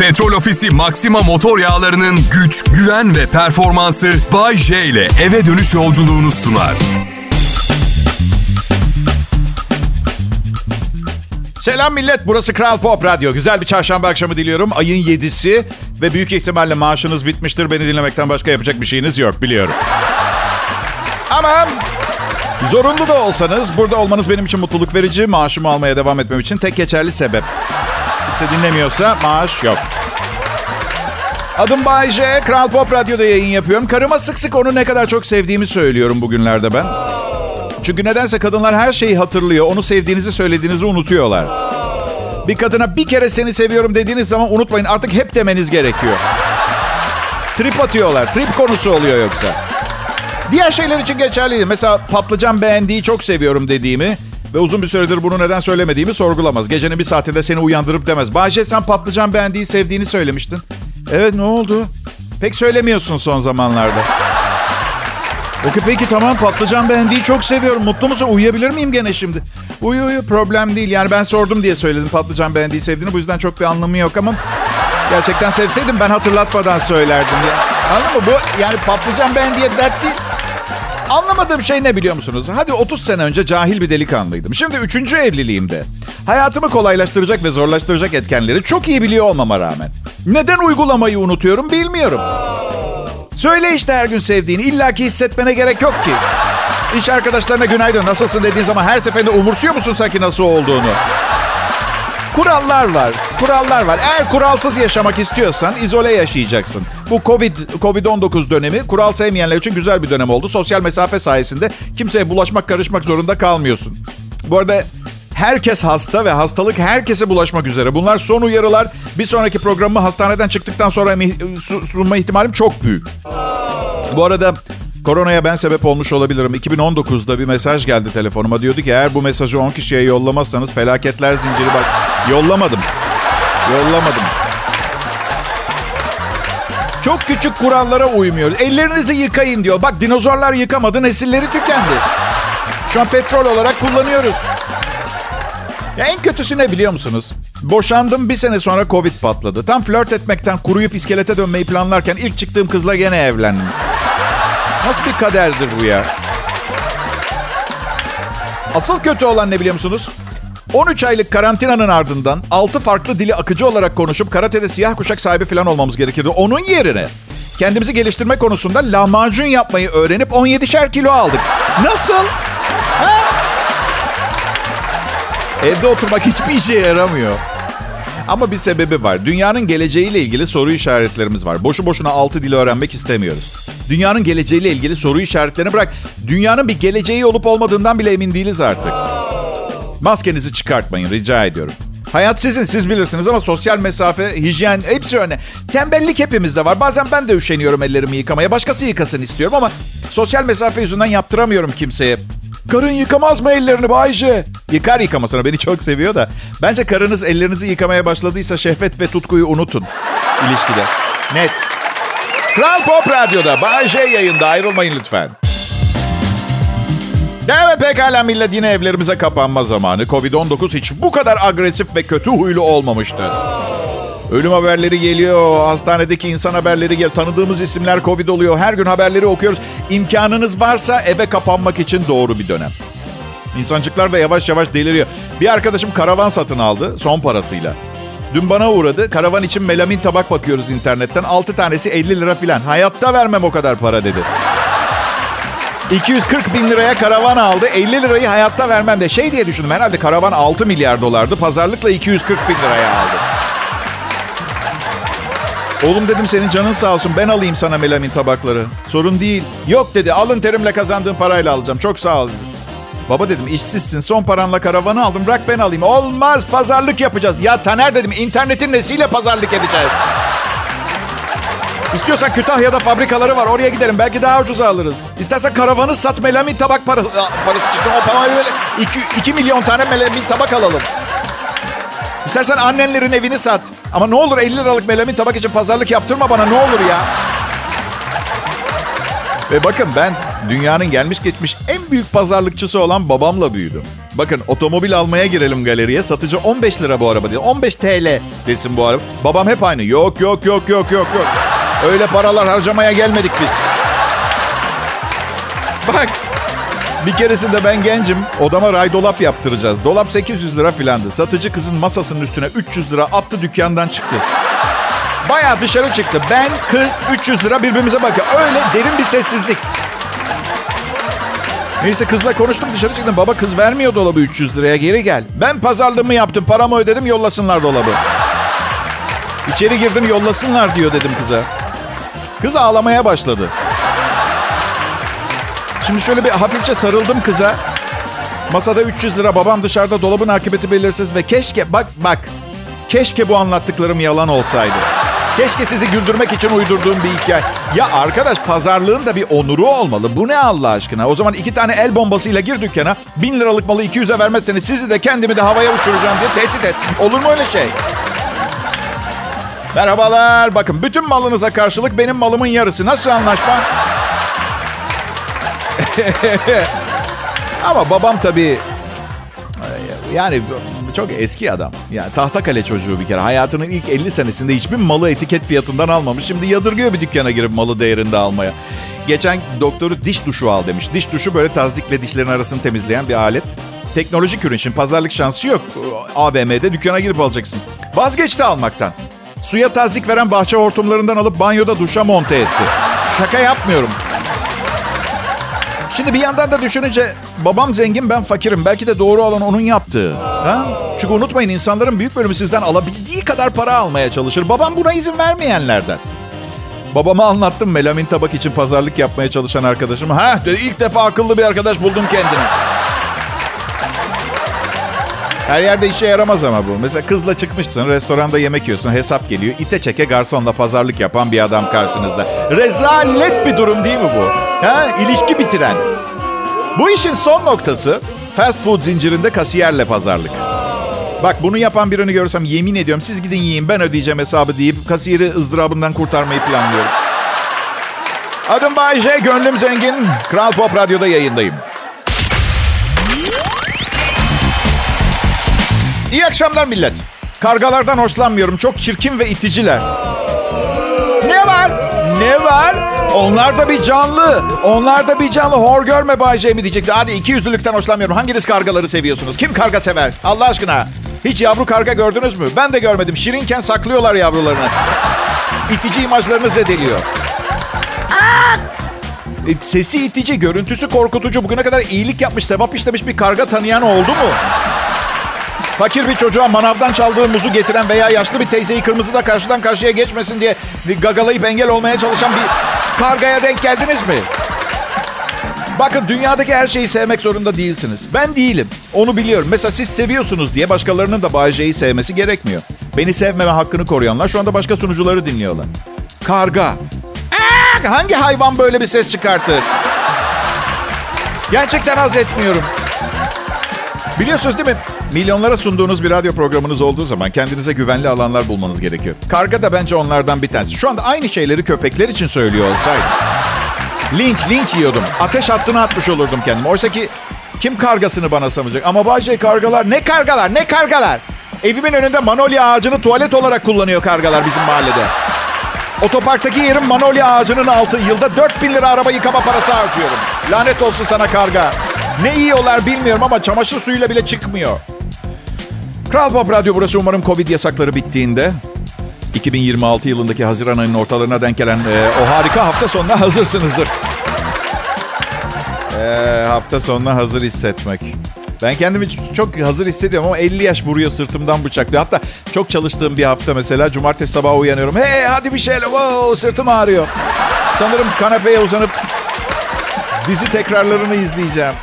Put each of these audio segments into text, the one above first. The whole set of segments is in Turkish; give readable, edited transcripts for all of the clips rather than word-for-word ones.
Petrol Ofisi Maxima motor yağlarının güç, güven ve performansı Bay J ile eve dönüş yolculuğunu sunar. Selam millet, burası Kral Pop Radyo. Güzel bir çarşamba akşamı diliyorum. Ayın 7'si ve büyük ihtimalle maaşınız bitmiştir. Beni dinlemekten başka yapacak bir şeyiniz yok, biliyorum. Ama zorunlu da olsanız burada olmanız benim için mutluluk verici. Maaşımı almaya devam etmem için tek geçerli sebep. Kimse dinlemiyorsa maaş yok. Adım Bay J, Kral Pop Radyo'da yayın yapıyorum. Karıma sık sık onu ne kadar çok sevdiğimi söylüyorum bugünlerde ben. Çünkü nedense kadınlar her şeyi hatırlıyor. Onu sevdiğinizi söylediğinizi unutuyorlar. Bir kadına bir kere seni seviyorum dediğiniz zaman unutmayın, artık hep demeniz gerekiyor. Trip atıyorlar. Trip konusu oluyor yoksa. Diğer şeyler için geçerliydi. Mesela patlıcan beğendiği çok seviyorum dediğimi ve uzun bir süredir bunu neden söylemediğimi sorgulamaz. Gecenin bir saatinde seni uyandırıp demez. Bahçe, sen patlıcan beğendiği sevdiğini söylemiştin. Evet, ne oldu? Pek söylemiyorsun son zamanlarda. Peki tamam, patlıcan beğendiği çok seviyorum. Mutlu musun? Uyuyabilir miyim gene şimdi? Uyu, problem değil. Yani ben sordum diye söyledim patlıcan beğendiği sevdiğini. Bu yüzden çok bir anlamı yok ama gerçekten sevseydim ben hatırlatmadan söylerdim. Anladın mı? Bu yani patlıcan beğendiği dert değil. Anlamadığım şey ne biliyor musunuz? Hadi 30 sene önce cahil bir delikanlıydım. Şimdi 3. evliliğimde hayatımı kolaylaştıracak ve zorlaştıracak etkenleri çok iyi biliyor olmama rağmen neden uygulamayı unutuyorum bilmiyorum. Söyle işte her gün sevdiğini. İlla ki hissetmene gerek yok ki. İş arkadaşlarına günaydın, nasılsın dediğin zaman her seferinde umursuyor musun sanki nasıl olduğunu? Kurallar var. Eğer kuralsız yaşamak istiyorsan izole yaşayacaksın. Bu Covid-19 dönemi kural sevmeyenler için güzel bir dönem oldu. Sosyal mesafe sayesinde kimseye bulaşmak, karışmak zorunda kalmıyorsun. Bu arada herkes hasta ve hastalık herkese bulaşmak üzere. Bunlar son uyarılar. Bir sonraki programımı hastaneden çıktıktan sonra sunma ihtimalim çok büyük. Bu arada koronaya ben sebep olmuş olabilirim. 2019'da bir mesaj geldi telefonuma. Diyordu ki eğer bu mesajı 10 kişiye yollamazsanız felaketler zinciri bak. Yollamadım. Çok küçük kurallara uymuyoruz. Ellerinizi yıkayın diyor. Bak, dinozorlar yıkamadı, nesilleri tükendi. Şu an petrol olarak kullanıyoruz. Ya en kötüsü ne biliyor musunuz? Boşandım, bir sene sonra Covid patladı. Tam flört etmekten kuruyup iskelete dönmeyi planlarken ilk çıktığım kızla gene evlendim. Nasıl bir kaderdir bu ya? Asıl kötü olan ne biliyor musunuz? 13 aylık karantinanın ardından 6 farklı dili akıcı olarak konuşup karatede siyah kuşak sahibi falan olmamız gerekirdi. Onun yerine kendimizi geliştirme konusunda lahmacun yapmayı öğrenip 17'şer kilo aldık. Nasıl? Ha? Evde oturmak hiçbir işe yaramıyor. Ama bir sebebi var. Dünyanın geleceğiyle ilgili soru işaretlerimiz var. Boşu boşuna 6 dil öğrenmek istemiyoruz. Dünyanın geleceğiyle ilgili soru işaretlerini bırak. Dünyanın bir geleceği olup olmadığından bile emin değiliz artık. Maskenizi çıkartmayın, rica ediyorum. Hayat sizin, siz bilirsiniz ama sosyal mesafe, hijyen hepsi önemli. Tembellik hepimizde var. Bazen ben de üşeniyorum ellerimi yıkamaya. Başkası yıkasın istiyorum ama sosyal mesafe yüzünden yaptıramıyorum kimseye. Karın yıkamaz mı ellerini Bayce? Yıkar yıkamasına, beni çok seviyor da. Bence karınız ellerinizi yıkamaya başladıysa şehvet ve tutkuyu unutun ilişkide. Net. Kral Pop Radyo'da Bayce yayında, ayrılmayın lütfen. Evet, pekala millet, yine evlerimize kapanma zamanı. Covid-19 hiç bu kadar agresif ve kötü huylu olmamıştı. Ölüm haberleri geliyor, hastanedeki insan haberleri geliyor. Tanıdığımız isimler Covid oluyor. Her gün haberleri okuyoruz. İmkanınız varsa eve kapanmak için doğru bir dönem. İnsancıklar da yavaş yavaş deliriyor. Bir arkadaşım karavan satın aldı son parasıyla. Dün bana uğradı. Karavan için melamin tabak bakıyoruz internetten. 6 tanesi 50 lira filan. Hayatta vermem o kadar para dedi. 240 bin liraya karavan aldı. 50 lirayı hayatta vermem de. Şey diye düşündüm, herhalde karavan 6 milyar dolardı. Pazarlıkla 240 bin liraya aldı. Oğlum dedim, senin canın sağ olsun, ben alayım sana melamin tabakları. Sorun değil. Yok dedi, alın terimle kazandığım parayla alacağım. Çok sağ ol. Baba dedim, işsizsin, son paranla karavanı aldım, bırak ben alayım. Olmaz, pazarlık yapacağız. Ya Taner dedim, internetin nesiyle pazarlık edeceğiz? İstiyorsan Kütahya'da fabrikaları var, oraya gidelim, belki daha ucuza alırız. İstersen karavanı sat, melamin tabak parası çıksın. O parayla böyle 2 milyon tane melamin tabak alalım. İstersen annenlerin evini sat. Ama ne olur 50 liralık melamin tabak için pazarlık yaptırma bana, ne olur ya. Ve bakın, ben dünyanın gelmiş geçmiş en büyük pazarlıkçısı olan babamla büyüdüm. Bakın, otomobil almaya girelim galeriye. Satıcı 15 lira bu araba diyor. 15 TL desin bu araba. Babam hep aynı. Yok. Öyle paralar harcamaya gelmedik biz. Bak, bir keresinde ben gencim. Odama ray dolap yaptıracağız. Dolap 800 lira filandı. Satıcı kızın masasının üstüne 300 lira attı, dükkandan çıktı. Bayağı dışarı çıktı. Ben, kız, 300 lira birbirimize bakıyor. Öyle derin bir sessizlik. Neyse, kızla konuştum, dışarı çıktım. Baba, kız vermiyor dolabı 300 liraya, geri gel. Ben pazarlığımı yaptım, paramı ödedim, yollasınlar dolabı. İçeri girdim, yollasınlar diyor dedim kıza. Kız ağlamaya başladı. Şimdi şöyle bir hafifçe sarıldım kıza. Masada 300 lira, babam dışarıda, dolabın akıbeti belirsiz ve keşke, bak. Keşke bu anlattıklarım yalan olsaydı. Keşke sizi güldürmek için uydurduğum bir hikaye. Ya arkadaş, pazarlığın da bir onuru olmalı. Bu ne Allah aşkına? O zaman 2 tane el bombasıyla gir dükkana. 1000 liralık malı 200'e vermezseniz sizi de kendimi de havaya uçuracağım diye tehdit et. Olur mu öyle şey? Merhabalar. Bakın, bütün malınıza karşılık benim malımın yarısı. Nasıl anlaşma? Ama babam tabii... Yani çok eski adam. Yani Tahtakale çocuğu bir kere. Hayatının ilk 50 senesinde hiçbir malı etiket fiyatından almamış. Şimdi yadırgıyor bir dükkana girip malı değerinde almaya. Geçen doktoru diş duşu al demiş. Diş duşu böyle tazikle dişlerin arasını temizleyen bir alet. Teknolojik ürün, için pazarlık şansı yok. AVM'de dükkana girip alacaksın. Vazgeçti almaktan. Suya tazik veren bahçe hortumlarından alıp banyoda duşa monte etti. Şaka yapmıyorum. Şimdi bir yandan da düşününce babam zengin, ben fakirim. Belki de doğru olan onun yaptığı. Ha? Çünkü unutmayın, insanların büyük bölümü sizden alabildiği kadar para almaya çalışır. Babam buna izin vermeyenlerden. Babama anlattım melamin tabak için pazarlık yapmaya çalışan arkadaşım. İlk defa akıllı bir arkadaş buldun kendine. Her yerde işe yaramaz ama bu. Mesela kızla çıkmışsın, restoranda yemek yiyorsun, hesap geliyor. İte çeke garsonla pazarlık yapan bir adam karşınızda. Rezalet bir durum değil mi bu? İlişki bitiren. Bu işin son noktası fast food zincirinde kasiyerle pazarlık. Bak, bunu yapan birini görsem yemin ediyorum, siz gidin yiyin, ben ödeyeceğim hesabı deyip kasiyeri ızdırabından kurtarmayı planlıyorum. Adım Bay J, gönlüm zengin. Kral Pop Radyo'da yayındayım. İyi akşamlar millet. Kargalardan hoşlanmıyorum. Çok çirkin ve iticiler. Ne var? Onlar da bir canlı. Hor görme Bay J mi diyeceksin? Hadi, 200'lülükten hoşlanmıyorum. Hanginiz kargaları seviyorsunuz? Kim karga sever? Allah aşkına. Hiç yavru karga gördünüz mü? Ben de görmedim. Şirinken saklıyorlar yavrularını. İtici imajlarını zedeliyor. Sesi itici, görüntüsü korkutucu. Bugüne kadar iyilik yapmış, sevap işlemiş bir karga tanıyan oldu mu? Fakir bir çocuğa manavdan çaldığı muzu getiren veya yaşlı bir teyzeyi kırmızıda karşıdan karşıya geçmesin diye gagalayıp engel olmaya çalışan bir kargaya denk geldiniz mi? Bakın, dünyadaki her şeyi sevmek zorunda değilsiniz. Ben değilim. Onu biliyorum. Mesela siz seviyorsunuz diye başkalarının da Bay J'yi sevmesi gerekmiyor. Beni sevmeme hakkını koruyanlar şu anda başka sunucuları dinliyorlar. Karga. Hangi hayvan böyle bir ses çıkartır? Gerçekten haz etmiyorum. Biliyorsunuz değil mi? Milyonlara sunduğunuz bir radyo programınız olduğu zaman kendinize güvenli alanlar bulmanız gerekiyor. Karga da bence onlardan bir tanesi. Şu anda aynı şeyleri köpekler için söylüyor olsaydı. Linç yiyordum. Ateş hattına atmış olurdum kendimi. Oysa ki kim kargasını bana savunacak? Ama Bay J, kargalar. Ne kargalar? Evimin önünde manolya ağacını tuvalet olarak kullanıyor kargalar bizim mahallede. Otoparktaki yerim manolya ağacının altı. Yılda 4.000 lira araba yıkama parası harcıyorum. Lanet olsun sana karga. Ne yiyorlar bilmiyorum ama çamaşır suyuyla bile çıkmıyor. Kral Pop Radyo burası. Umarım Covid yasakları bittiğinde 2026 yılındaki Haziran ayının ortalarına denk gelen o harika hafta sonuna hazırsınızdır. Hafta sonuna hazır hissetmek. Ben kendimi çok hazır hissediyorum ama 50 yaş vuruyor, sırtımdan bıçaklıyor. Hatta çok çalıştığım bir hafta mesela cumartesi sabahı uyanıyorum. Hadi bir şeyle, sırtım ağrıyor. Sanırım kanepeye uzanıp dizi tekrarlarını izleyeceğim.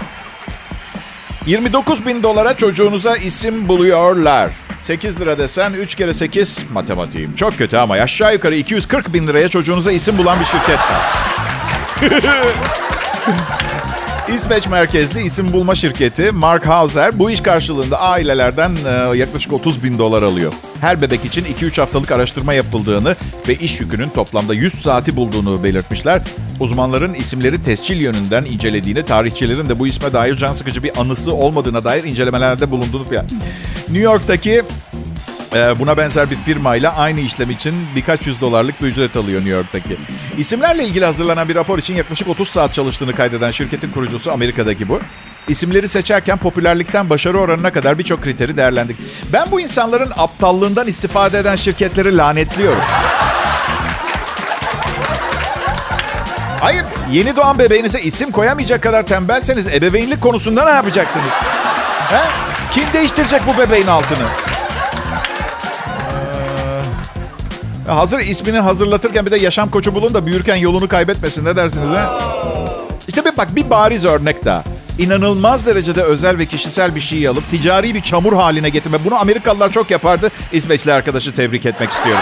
$29.000 çocuğunuza isim buluyorlar. 8 lira desen 3 kere 8 matematiğim. Çok kötü ama aşağı yukarı 240.000 liraya çocuğunuza isim bulan bir şirket var. İsveç merkezli isim bulma şirketi Mark Hauser bu iş karşılığında ailelerden yaklaşık $30,000 alıyor. Her bebek için 2-3 haftalık araştırma yapıldığını ve iş yükünün toplamda 100 saati bulduğunu belirtmişler. Uzmanların isimleri tescil yönünden incelediğini, tarihçilerin de bu isme dair can sıkıcı bir anısı olmadığına dair incelemelerde bulunduğunu... New York'taki buna benzer bir firmayla aynı işlem için birkaç $100'lık bir ücret alıyor New York'taki. İsimlerle ilgili hazırlanan bir rapor için yaklaşık 30 saat çalıştığını kaydeden şirketin kurucusu, Amerika'daki bu. İsimleri seçerken popülerlikten başarı oranına kadar birçok kriteri değerlendik. Ben bu insanların aptallığından istifade eden şirketleri lanetliyorum. Hayır, yeni doğan bebeğinize isim koyamayacak kadar tembelseniz ebeveynlik konusunda ne yapacaksınız? He? Kim değiştirecek bu bebeğin altını? Hazır ismini hazırlatırken bir de yaşam koçu bulun da büyürken yolunu kaybetmesin. Ne dersiniz ha? İşte bir bariz örnek daha. İnanılmaz derecede özel ve kişisel bir şeyi alıp ticari bir çamur haline getirme. Bunu Amerikalılar çok yapardı. İsveçli arkadaşı tebrik etmek istiyorum.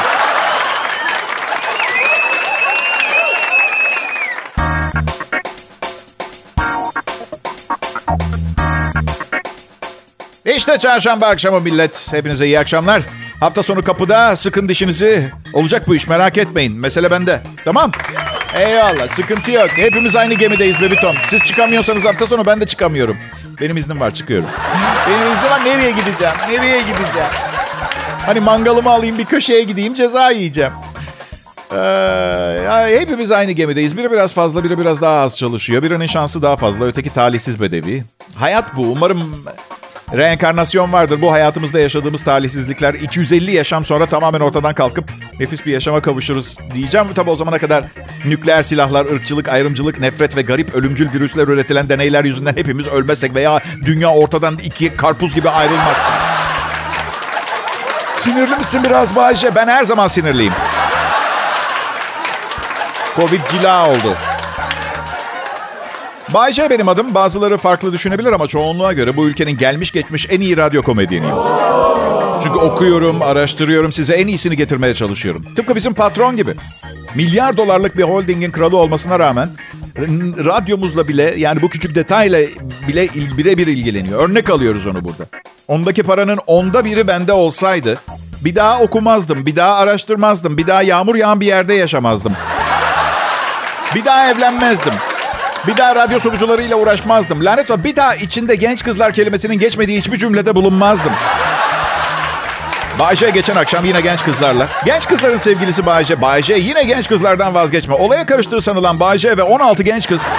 İşte çarşamba akşamı millet. Hepinize iyi akşamlar. Hafta sonu kapıda, sıkın dişinizi. Olacak bu iş, merak etmeyin. Mesele bende. Tamam? Eyvallah, sıkıntı yok. Hepimiz aynı gemideyiz bebitom. Siz çıkamıyorsanız hafta sonu ben de çıkamıyorum. Benim iznim var, çıkıyorum. Benim iznim var, nereye gideceğim? Nereye gideceğim? Hani mangalımı alayım, bir köşeye gideyim, ceza yiyeceğim. Hepimiz aynı gemideyiz. Biri biraz fazla, biri biraz daha az çalışıyor. Birinin şansı daha fazla, öteki talihsiz bedevi. Hayat bu. Umarım reenkarnasyon vardır. Bu hayatımızda yaşadığımız talihsizlikler 250 yaşam sonra tamamen ortadan kalkıp nefis bir yaşama kavuşuruz diyeceğim. Tabii o zamana kadar nükleer silahlar, ırkçılık, ayrımcılık, nefret ve garip ölümcül virüsler üretilen deneyler yüzünden hepimiz ölmezsek veya dünya ortadan iki karpuz gibi ayrılmaz. Sinirli misin biraz Bayce? Ben her zaman sinirliyim. Covid cila oldu. Bayce benim adım. Bazıları farklı düşünebilir ama çoğunluğa göre bu ülkenin gelmiş geçmiş en iyi radyo komedyeniyim. Çünkü okuyorum, araştırıyorum, size en iyisini getirmeye çalışıyorum. Tıpkı bizim patron gibi. Milyar dolarlık bir holdingin kralı olmasına rağmen radyomuzla bile, yani bu küçük detayla bile birebir ilgileniyor. Örnek alıyoruz onu burada. Ondaki paranın 1/10 bende olsaydı bir daha okumazdım, bir daha araştırmazdım, bir daha yağmur yağan bir yerde yaşamazdım. Bir daha evlenmezdim. Bir daha radyo sunucularıyla uğraşmazdım. Lanet olsun, bir daha içinde genç kızlar kelimesinin geçmediği hiçbir cümlede bulunmazdım. Bayce geçen akşam yine genç kızlarla. Genç kızların sevgilisi Bayce. Bayce yine genç kızlardan vazgeçme. Olaya karıştığı sanılan Bayce ve 16 genç kız.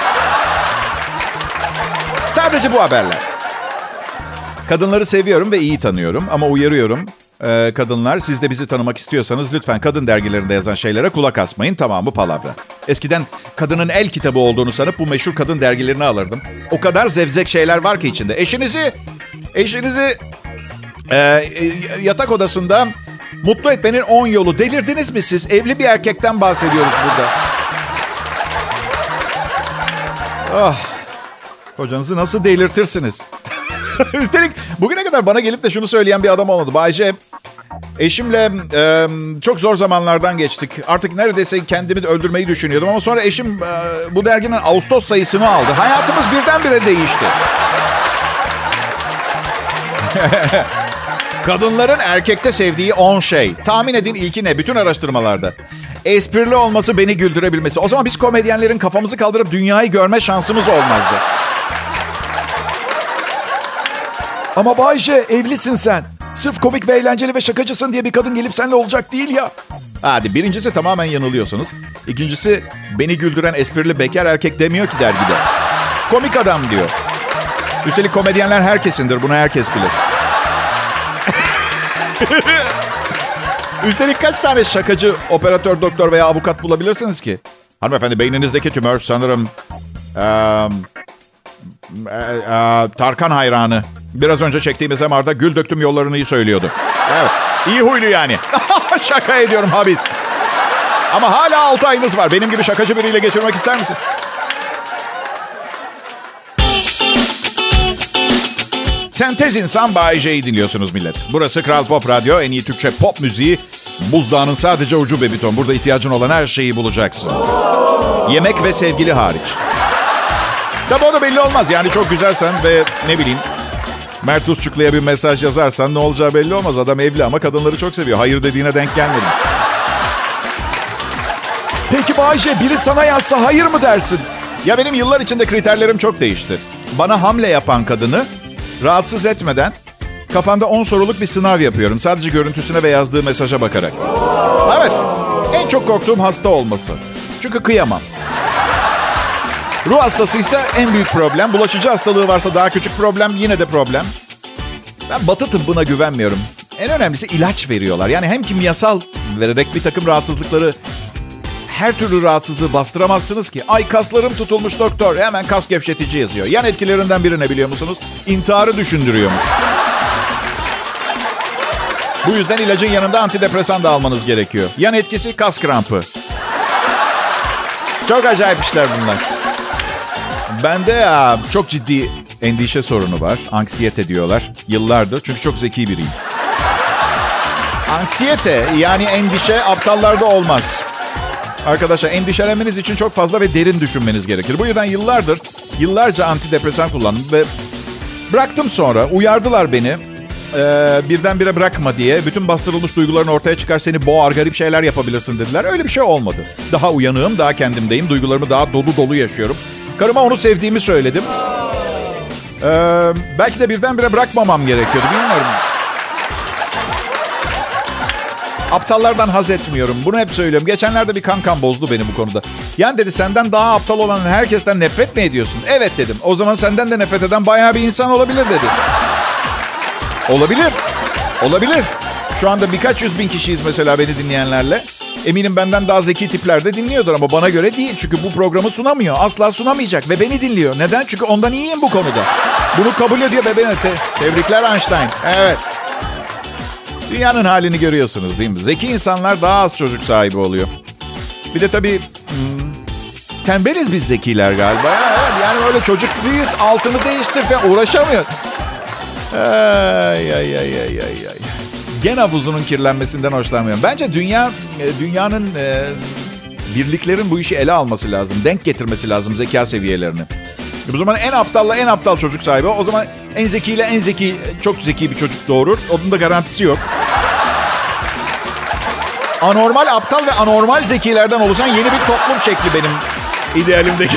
Sadece bu haberler. Kadınları seviyorum ve iyi tanıyorum ama uyarıyorum. Kadınlar, siz de bizi tanımak istiyorsanız lütfen kadın dergilerinde yazan şeylere kulak asmayın. Tamamı palavra. Eskiden kadının el kitabı olduğunu sanıp bu meşhur kadın dergilerini alırdım. O kadar zevzek şeyler var ki içinde. Eşinizi yatak odasında mutlu etmenin 10 yolu. Delirdiniz mi siz? Evli bir erkekten bahsediyoruz burada. Oh, kocanızı nasıl delirtirsiniz? Üstelik bugüne kadar bana gelip de şunu söyleyen bir adam olmadı. Bayce, eşimle çok zor zamanlardan geçtik. Artık neredeyse kendimi öldürmeyi düşünüyordum. Ama sonra eşim bu derginin Ağustos sayısını aldı. Hayatımız birdenbire değişti. Kadınların erkekte sevdiği 10 şey. Tahmin edin ilki ne? Bütün araştırmalarda. Esprili olması, beni güldürebilmesi. O zaman biz komedyenlerin kafamızı kaldırıp dünyayı görme şansımız olmazdı. Ama Bayce, evlisin sen. Sırf komik ve eğlenceli ve şakacısın diye bir kadın gelip seninle olacak değil ya. Hadi, birincisi tamamen yanılıyorsunuz. İkincisi, beni güldüren esprili bekar erkek demiyor ki dergide. Komik adam diyor. Üstelik komedyenler herkesindir. Bunu herkes bilir. Üstelik kaç tane şakacı, operatör, doktor veya avukat bulabilirsiniz ki? Hanımefendi, beyninizdeki tümör sanırım Tarkan hayranı. Biraz önce çektiğimiz MR'da gül döktüm yollarını söylüyordu. Evet, iyi huylu yani. Şaka ediyorum habis. Ama hala 6 ayınız var. Benim gibi şakacı biriyle geçirmek ister misin? Sentez insan Bay J'yi dinliyorsunuz millet. Burası Kral Pop Radyo, en iyi Türkçe pop müziği. Buzdağının sadece ucu bebiton. Burada ihtiyacın olan her şeyi bulacaksın. Yemek ve sevgili hariç. Tabii o da belli olmaz. Yani çok güzelsen ve ne bileyim Mert Usçuklu'ya bir mesaj yazarsan ne olacağı belli olmaz. Adam evli ama kadınları çok seviyor. Hayır dediğine denk gelmedim. Peki Bayce, biri sana yazsa hayır mı dersin? Ya benim yıllar içinde kriterlerim çok değişti. Bana hamle yapan kadını rahatsız etmeden kafamda 10 soruluk bir sınav yapıyorum. Sadece görüntüsüne ve yazdığı mesaja bakarak. Evet, en çok korktuğum hasta olması. Çünkü kıyamam. Ruh hastasıysa en büyük problem. Bulaşıcı hastalığı varsa daha küçük problem, yine de problem. Ben Batı tıbbına güvenmiyorum. En önemlisi ilaç veriyorlar. Yani hem kimyasal vererek bir takım rahatsızlıkları, her türlü rahatsızlığı bastıramazsınız ki. Ay kaslarım tutulmuş doktor. Hemen kas gevşetici yazıyor. Yan etkilerinden biri ne biliyor musunuz? İntiharı düşündürüyormuş. Bu yüzden ilacın yanında antidepresan da almanız gerekiyor. Yan etkisi kas krampı. Çok acayip işler bunlar. Bende çok ciddi endişe sorunu var. Anksiyete diyorlar. Yıllardır. Çünkü çok zeki biriyim. Anksiyete yani endişe aptallarda olmaz. Arkadaşlar endişelenmeniz için çok fazla ve derin düşünmeniz gerekir. Bu yüzden yıllarca antidepresan kullandım ve bıraktım sonra. Uyardılar beni. Birdenbire bırakma diye. Bütün bastırılmış duyguların ortaya çıkar, seni boğar, garip şeyler yapabilirsin dediler. Öyle bir şey olmadı. Daha uyanığım, daha kendimdeyim. Duygularımı daha dolu dolu yaşıyorum. Karıma onu sevdiğimi söyledim. Belki de birdenbire bırakmamam gerekiyordu. Bilmiyorum. Aptallardan haz etmiyorum. Bunu hep söylüyorum. Geçenlerde bir kankam bozdu beni bu konuda. Yani dedi, senden daha aptal olan herkesten nefret mi ediyorsun? Evet dedim. O zaman senden de nefret eden bayağı bir insan olabilir dedi. Olabilir. Olabilir. Şu anda birkaç 100.000 kişiyiz mesela beni dinleyenlerle. Eminim benden daha zeki tipler de dinliyordur ama bana göre değil. Çünkü bu programı sunamıyor. Asla sunamayacak ve beni dinliyor. Neden? Çünkü ondan iyiyim bu konuda. Bunu kabul ediyor ve beni tebrikler Einstein. Evet. Dünyanın halini görüyorsunuz değil mi? Zeki insanlar daha az çocuk sahibi oluyor. Bir de tabii tembeliz biz zekiler galiba. Evet, yani öyle çocuk büyüt, altını değiştir falan uğraşamıyor. Ay. Gen havuzunun kirlenmesinden hoşlanmıyorum. Bence dünyanın birliklerin bu işi ele alması lazım. Denk getirmesi lazım zeka seviyelerini. O zaman en aptalla en aptal çocuk sahibi. O zaman en zekiyle en zeki, çok zeki bir çocuk doğurur. Onun da garantisi yok. Anormal aptal ve anormal zekilerden oluşan yeni bir toplum şekli benim idealimdeki.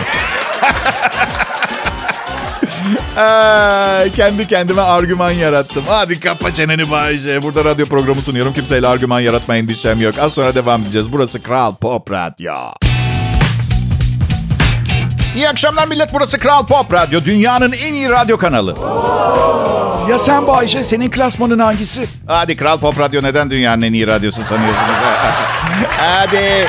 Kendi kendime argüman yarattım. Hadi kapa çeneni Bayce. Burada radyo programı sunuyorum. Kimseyle argüman yaratma endişem yok. Az sonra devam edeceğiz. Burası Kral Pop Radyo. İyi akşamlar millet. Burası Kral Pop Radyo. Dünyanın en iyi radyo kanalı. Ya sen Bayce, senin klasmanın hangisi? Hadi Kral Pop Radyo neden dünyanın en iyi radyosu sanıyorsunuz? Hadi.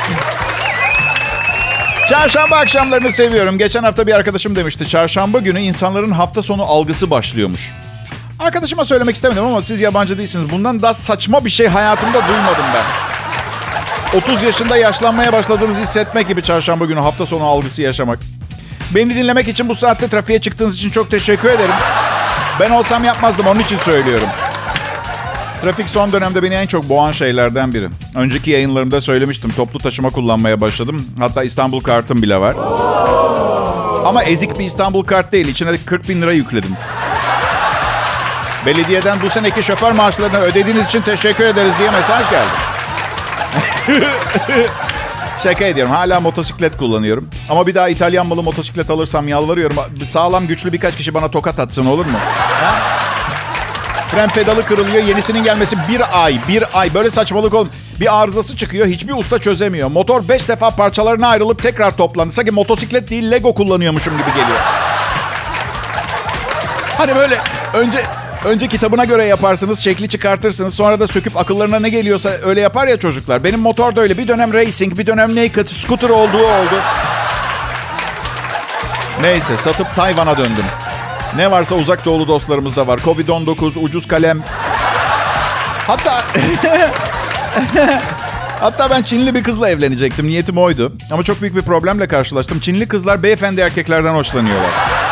Çarşamba akşamlarını seviyorum. Geçen hafta bir arkadaşım demişti. Çarşamba günü insanların hafta sonu algısı başlıyormuş. Arkadaşıma söylemek istemedim ama siz yabancı değilsiniz. Bundan daha saçma bir şey hayatımda duymadım ben. 30 yaşında yaşlanmaya başladığınızı hissetmek gibi çarşamba günü hafta sonu algısı yaşamak. Beni dinlemek için bu saatte trafiğe çıktığınız için çok teşekkür ederim. Ben olsam yapmazdım, onun için söylüyorum. Trafik son dönemde beni en çok boğan şeylerden biri. Önceki yayınlarımda söylemiştim. Toplu taşıma kullanmaya başladım. Hatta İstanbul kartım bile var. Ama ezik bir İstanbul kart değil. İçine de 40.000 lira yükledim. Belediyeden bu seneki şoför maaşlarını ödediğiniz için teşekkür ederiz diye mesaj geldi. Şaka ediyorum. Hala motosiklet kullanıyorum. Ama bir daha İtalyan malı motosiklet alırsam yalvarıyorum. Sağlam güçlü birkaç kişi bana tokat atsın, olur mu? Ha? Fren pedalı kırılıyor. Yenisinin gelmesi bir ay. Böyle saçmalık olmuyor. Bir arızası çıkıyor. Hiçbir usta çözemiyor. Motor 5 defa parçalarına ayrılıp tekrar toplandı. Sanki motosiklet değil Lego kullanıyormuşum gibi geliyor. Hani böyle önce kitabına göre yaparsınız. Şekli çıkartırsınız. Sonra da söküp akıllarına ne geliyorsa öyle yapar ya çocuklar. Benim motor da öyle. Bir dönem racing, bir dönem naked, scooter olduğu oldu. Neyse, satıp Tayvan'a döndüm. Ne varsa uzak doğulu dostlarımızda var. Covid-19, ucuz kalem. Hatta ben Çinli bir kızla evlenecektim. Niyetim oydu. Ama çok büyük bir problemle karşılaştım. Çinli kızlar beyefendi erkeklerden hoşlanıyorlar.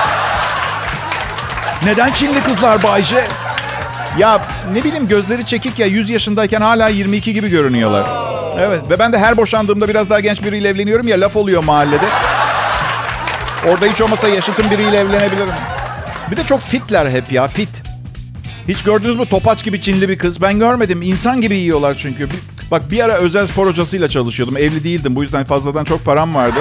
Neden Çinli kızlar Bayce? Ya ne bileyim, gözleri çekik ya, 100 yaşındayken hala 22 gibi görünüyorlar. Evet, ve ben de her boşandığımda biraz daha genç biriyle evleniyorum ya, laf oluyor mahallede. Orada hiç olmasa yaşıtım biriyle evlenebilirim. Bir de çok fitler hep ya, fit. Hiç gördünüz mü topaç gibi Çinli bir kız? Ben görmedim. İnsan gibi yiyorlar çünkü. Bak bir ara özel spor hocasıyla çalışıyordum. Evli değildim. Bu yüzden fazladan çok param vardı.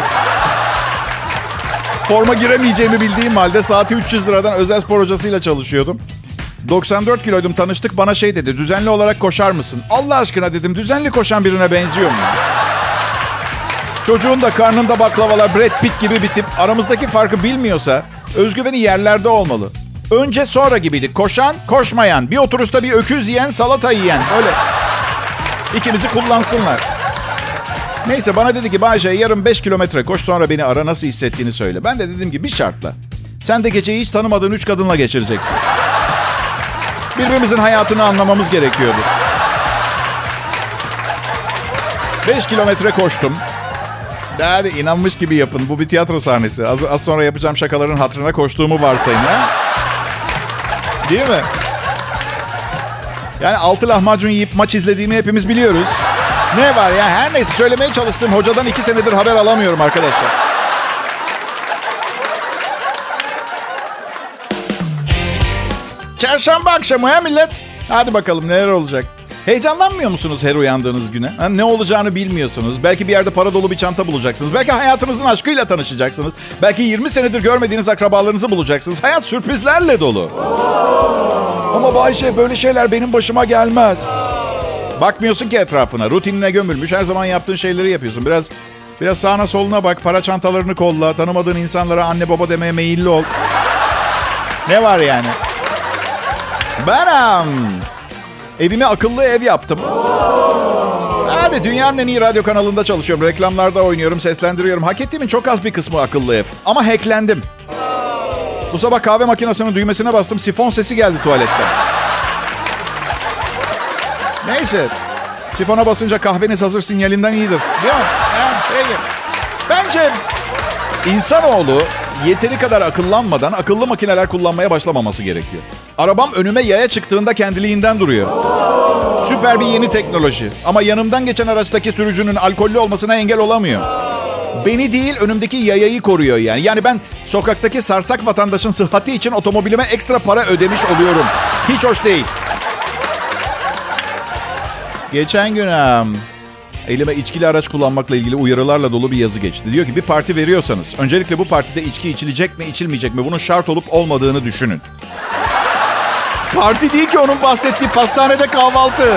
Forma giremeyeceğimi bildiğim halde saati 300 liradan özel spor hocasıyla çalışıyordum. 94 kiloydum, tanıştık, bana şey dedi. Düzenli olarak koşar mısın? Allah aşkına dedim, düzenli koşan birine benziyor mu? Çocuğun da karnında baklavalar, Brad Pitt gibi bir tip. Aramızdaki farkı bilmiyorsa özgüveni yerlerde olmalı. Önce sonra gibiydik. Koşan, koşmayan. Bir oturuşta bir öküz yiyen, salata yiyen. Öyle. İkimizi kullansınlar. Neyse bana dedi ki Bayce yarın 5 kilometre koş, sonra beni ara, nasıl hissettiğini söyle. Ben de dedim ki bir şartla. Sen de geceyi hiç tanımadığın 3 kadınla geçireceksin. Birbirimizin hayatını anlamamız gerekiyordu. 5 kilometre koştum. Hadi inanmış gibi yapın. Bu bir tiyatro sahnesi. Az sonra yapacağım şakaların hatırına koştuğumu varsayın. Ha? Değil mi? Yani 6 lahmacun yiyip maç izlediğimi hepimiz biliyoruz. Ne var ya? Her neyse, söylemeye çalıştığım hocadan 2 senedir haber alamıyorum arkadaşlar. Çarşamba akşamı ha millet? Hadi bakalım neler olacak. Heyecanlanmıyor musunuz her uyandığınız güne? Ha, ne olacağını bilmiyorsunuz. Belki bir yerde para dolu bir çanta bulacaksınız. Belki hayatınızın aşkıyla tanışacaksınız. Belki 20 senedir görmediğiniz akrabalarınızı bulacaksınız. Hayat sürprizlerle dolu. Ama Bayşe, böyle şeyler benim başıma gelmez. Bakmıyorsun ki etrafına. Rutinine gömülmüş. Her zaman yaptığın şeyleri yapıyorsun. Biraz sağına soluna bak. Para çantalarını kolla. Tanımadığın insanlara anne baba demeye meyilli ol. Ne var yani? Evime akıllı ev yaptım. Hadi dünyanın en iyi radyo kanalında çalışıyorum. Reklamlarda oynuyorum, seslendiriyorum. Hak ettiğimin çok az bir kısmı akıllı ev. Ama hacklendim. Bu sabah kahve makinesinin düğmesine bastım. Sifon sesi geldi tuvaletten. Neyse. Sifona basınca kahveniz hazır sinyalinden iyidir. Değil mi? Peki. Bence insanoğlu yeteri kadar akıllanmadan akıllı makineler kullanmaya başlamaması gerekiyor. Arabam önüme yaya çıktığında kendiliğinden duruyor. Süper bir yeni teknoloji. Ama yanımdan geçen araçtaki sürücünün alkollü olmasına engel olamıyor. Beni değil, önümdeki yayayı koruyor yani. Yani ben sokaktaki sarsak vatandaşın sıhhati için otomobilime ekstra para ödemiş oluyorum. Hiç hoş değil. Geçen gün elime içkili araç kullanmakla ilgili uyarılarla dolu bir yazı geçti. Diyor ki bir parti veriyorsanız öncelikle bu partide içki içilecek mi içilmeyecek mi bunun şart olup olmadığını düşünün. Parti değil ki onun bahsettiği, pastanede kahvaltı.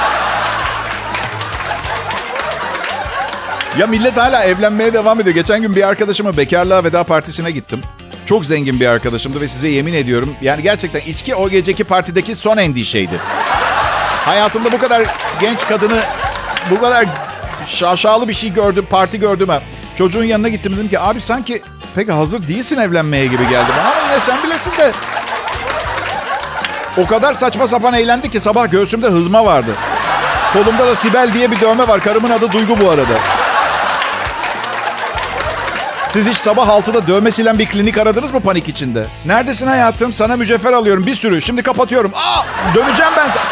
Ya millet hala evlenmeye devam ediyor. Geçen gün bir arkadaşımın bekarlığa veda partisine gittim. Çok zengin bir arkadaşımdı ve size yemin ediyorum yani gerçekten içki o geceki partideki son endişeydi. Hayatımda bu kadar genç kadını, bu kadar şaşalı bir şey gördüm, parti gördüm ha. Çocuğun yanına gittim, dedim ki abi sanki pek hazır değilsin evlenmeye gibi geldi bana ama yine sen bilirsin de. O kadar saçma sapan eğlendi ki sabah göğsümde hızma vardı. Kolumda da Sibel diye bir dövme var. Karımın adı Duygu bu arada. Siz hiç sabah 6'da dövme silen bir klinik aradınız mı panik içinde? Neredesin hayatım? Sana mücevher alıyorum bir sürü. Şimdi kapatıyorum. Döneceğim ben sana.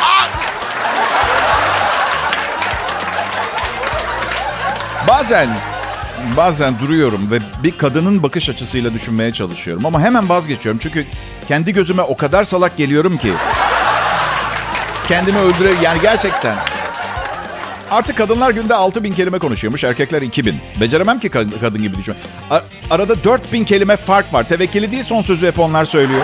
Bazen duruyorum ve bir kadının bakış açısıyla düşünmeye çalışıyorum. Ama hemen vazgeçiyorum. Çünkü kendi gözüme o kadar salak geliyorum ki. Kendimi yani gerçekten. Artık kadınlar günde 6.000 kelime konuşuyormuş. Erkekler 2.000. Beceremem ki kadın gibi düşün. Arada 4.000 kelime fark var. Tevekkili değil, son sözü hep onlar söylüyor.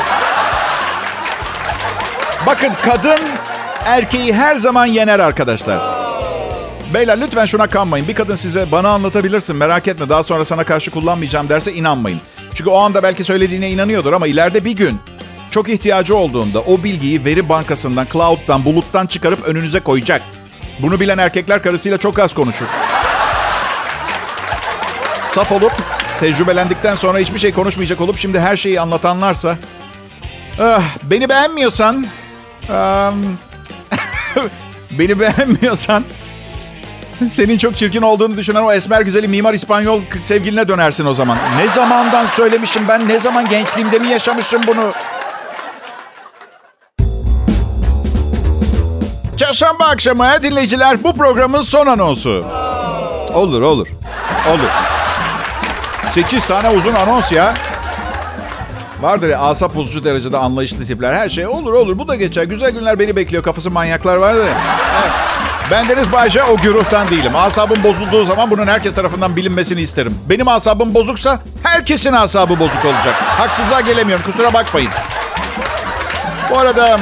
Bakın, kadın erkeği her zaman yener arkadaşlar. Beyler lütfen şuna kanmayın. Bir kadın size bana anlatabilirsin merak etme daha sonra sana karşı kullanmayacağım derse inanmayın. Çünkü o anda belki söylediğine inanıyordur ama ileride bir gün çok ihtiyacı olduğunda o bilgiyi veri bankasından, cloud'dan, buluttan çıkarıp önünüze koyacak. Bunu bilen erkekler karısıyla çok az konuşur. Saf olup, tecrübelendikten sonra hiçbir şey konuşmayacak olup şimdi her şeyi anlatanlarsa... beni beğenmiyorsan... beni beğenmiyorsan... Senin çok çirkin olduğunu düşünen o esmer güzeli mimar İspanyol sevgiline dönersin o zaman. Ne zamandan söylemişim ben? Ne zaman gençliğimde mi yaşamışım bunu? Çarşamba akşamı dinleyiciler, bu programın son anonsu. Olur. 8 tane uzun anons ya. Vardır ya asap bozucu derecede anlayışlı tipler. Her şey olur bu da geçer. Güzel günler beni bekliyor. Kafası manyaklar vardır ya. Evet. Bendeniz Bayce o güruhtan değilim. Asabım bozulduğu zaman bunun herkes tarafından bilinmesini isterim. Benim asabım bozuksa herkesin asabı bozuk olacak. Haksızlığa gelemiyorum. Kusura bakmayın. Bu arada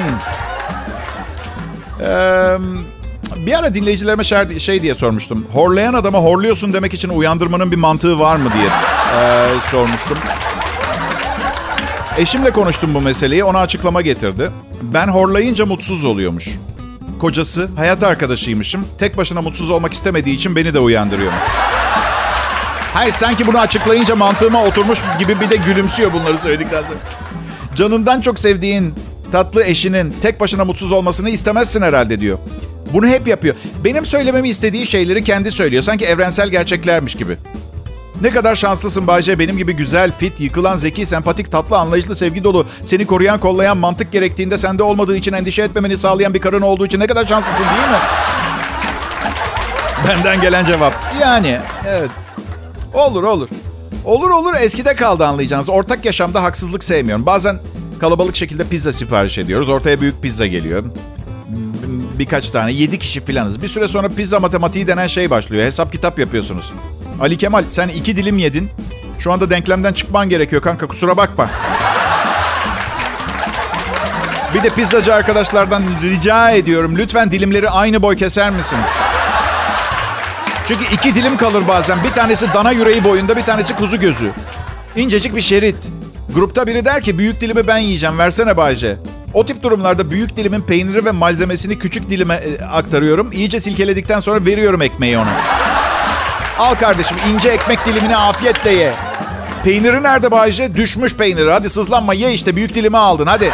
bir ara dinleyicilerime şey diye sormuştum. Horlayan adama horluyorsun demek için uyandırmanın bir mantığı var mı diye sormuştum. Eşimle konuştum bu meseleyi. Ona açıklama getirdi. Ben horlayınca mutsuz oluyormuş. Kocası, hayat arkadaşıymışım. Tek başına mutsuz olmak istemediği için beni de uyandırıyormuş. Hayır, sanki bunu açıklayınca mantığıma oturmuş gibi bir de gülümsüyor bunları söyledikten sonra. Canından çok sevdiğin tatlı eşinin tek başına mutsuz olmasını istemezsin herhalde diyor. Bunu hep yapıyor. Benim söylememi istediği şeyleri kendi söylüyor. Sanki evrensel gerçeklermiş gibi. Ne kadar şanslısın Bayce. Benim gibi güzel, fit, yıkılan, zeki, sempatik, tatlı, anlayışlı, sevgi dolu, seni koruyan, kollayan, mantık gerektiğinde sende olmadığı için endişe etmemeni sağlayan bir karın olduğu için ne kadar şanslısın değil mi? Benden gelen cevap. Yani evet. Olur eskide kaldı anlayacağınız. Ortak yaşamda haksızlık sevmiyorum. Bazen kalabalık şekilde pizza sipariş ediyoruz. Ortaya büyük pizza geliyor. Birkaç tane. 7 kişi filanız. Bir süre sonra pizza matematiği denen şey başlıyor. Hesap kitap yapıyorsunuz. Ali Kemal sen 2 dilim yedin. Şu anda denklemden çıkman gerekiyor kanka, kusura bakma. Bir de pizzacı arkadaşlardan rica ediyorum. Lütfen dilimleri aynı boy keser misiniz? Çünkü 2 dilim kalır bazen. Bir tanesi dana yüreği boyunda, bir tanesi kuzu gözü. İncecik bir şerit. Grupta biri der ki büyük dilimi ben yiyeceğim, versene Bayce. O tip durumlarda büyük dilimin peyniri ve malzemesini küçük dilime aktarıyorum. İyice silkeledikten sonra veriyorum ekmeği ona. Al kardeşim, ince ekmek dilimini afiyetle ye. Peyniri nerede Bayce? Düşmüş peyniri. Hadi sızlanma, ye işte, büyük dilimi aldın hadi.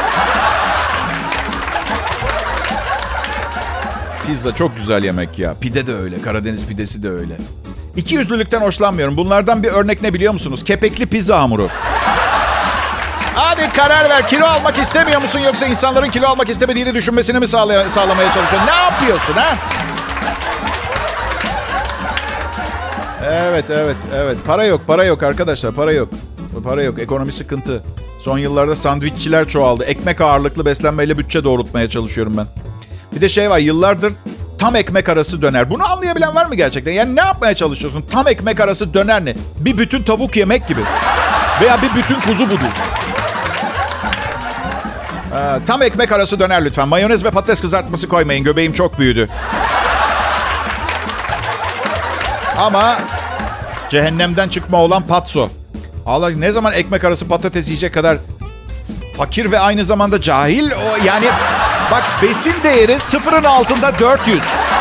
Pizza çok güzel yemek ya. Pide de öyle. Karadeniz pidesi de öyle. İkiyüzlülükten hoşlanmıyorum. Bunlardan bir örnek ne biliyor musunuz? Kepekli pizza hamuru. Hadi karar ver. Kilo almak istemiyor musun? Yoksa insanların kilo almak istemediğini düşünmesini mi sağlamaya çalışıyorsun? Ne yapıyorsun ha? Evet. Para yok arkadaşlar. Para yok. Ekonomi sıkıntı. Son yıllarda sandviççiler çoğaldı. Ekmek ağırlıklı beslenmeyle bütçe doğrultmaya çalışıyorum ben. Bir de şey var, yıllardır tam ekmek arası döner. Bunu anlayabilen var mı gerçekten? Yani ne yapmaya çalışıyorsun? Tam ekmek arası döner ne? Bir bütün tavuk yemek gibi. Veya bir bütün kuzu budu. Tam ekmek arası döner lütfen. Mayonez ve patates kızartması koymayın. Göbeğim çok büyüdü. Ama cehennemden çıkma olan patso. Allah, ne zaman ekmek arası patates yiyecek kadar fakir ve aynı zamanda cahil. Yani bak, besin değeri sıfırın altında 400.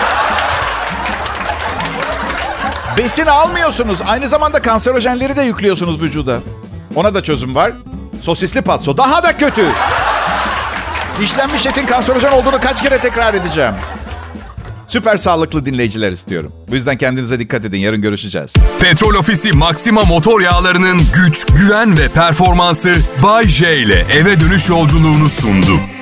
Besin almıyorsunuz. Aynı zamanda kanserojenleri de yüklüyorsunuz vücuda. Ona da çözüm var. Sosisli patso. Daha da kötü. İşlenmiş etin kanserojen olduğunu kaç kere tekrar edeceğim. Süper sağlıklı dinleyiciler istiyorum. Bu yüzden kendinize dikkat edin. Yarın görüşeceğiz. Petrol Ofisi Maxima motor yağlarının güç, güven ve performansı Bay J ile eve dönüş yolculuğunu sundu.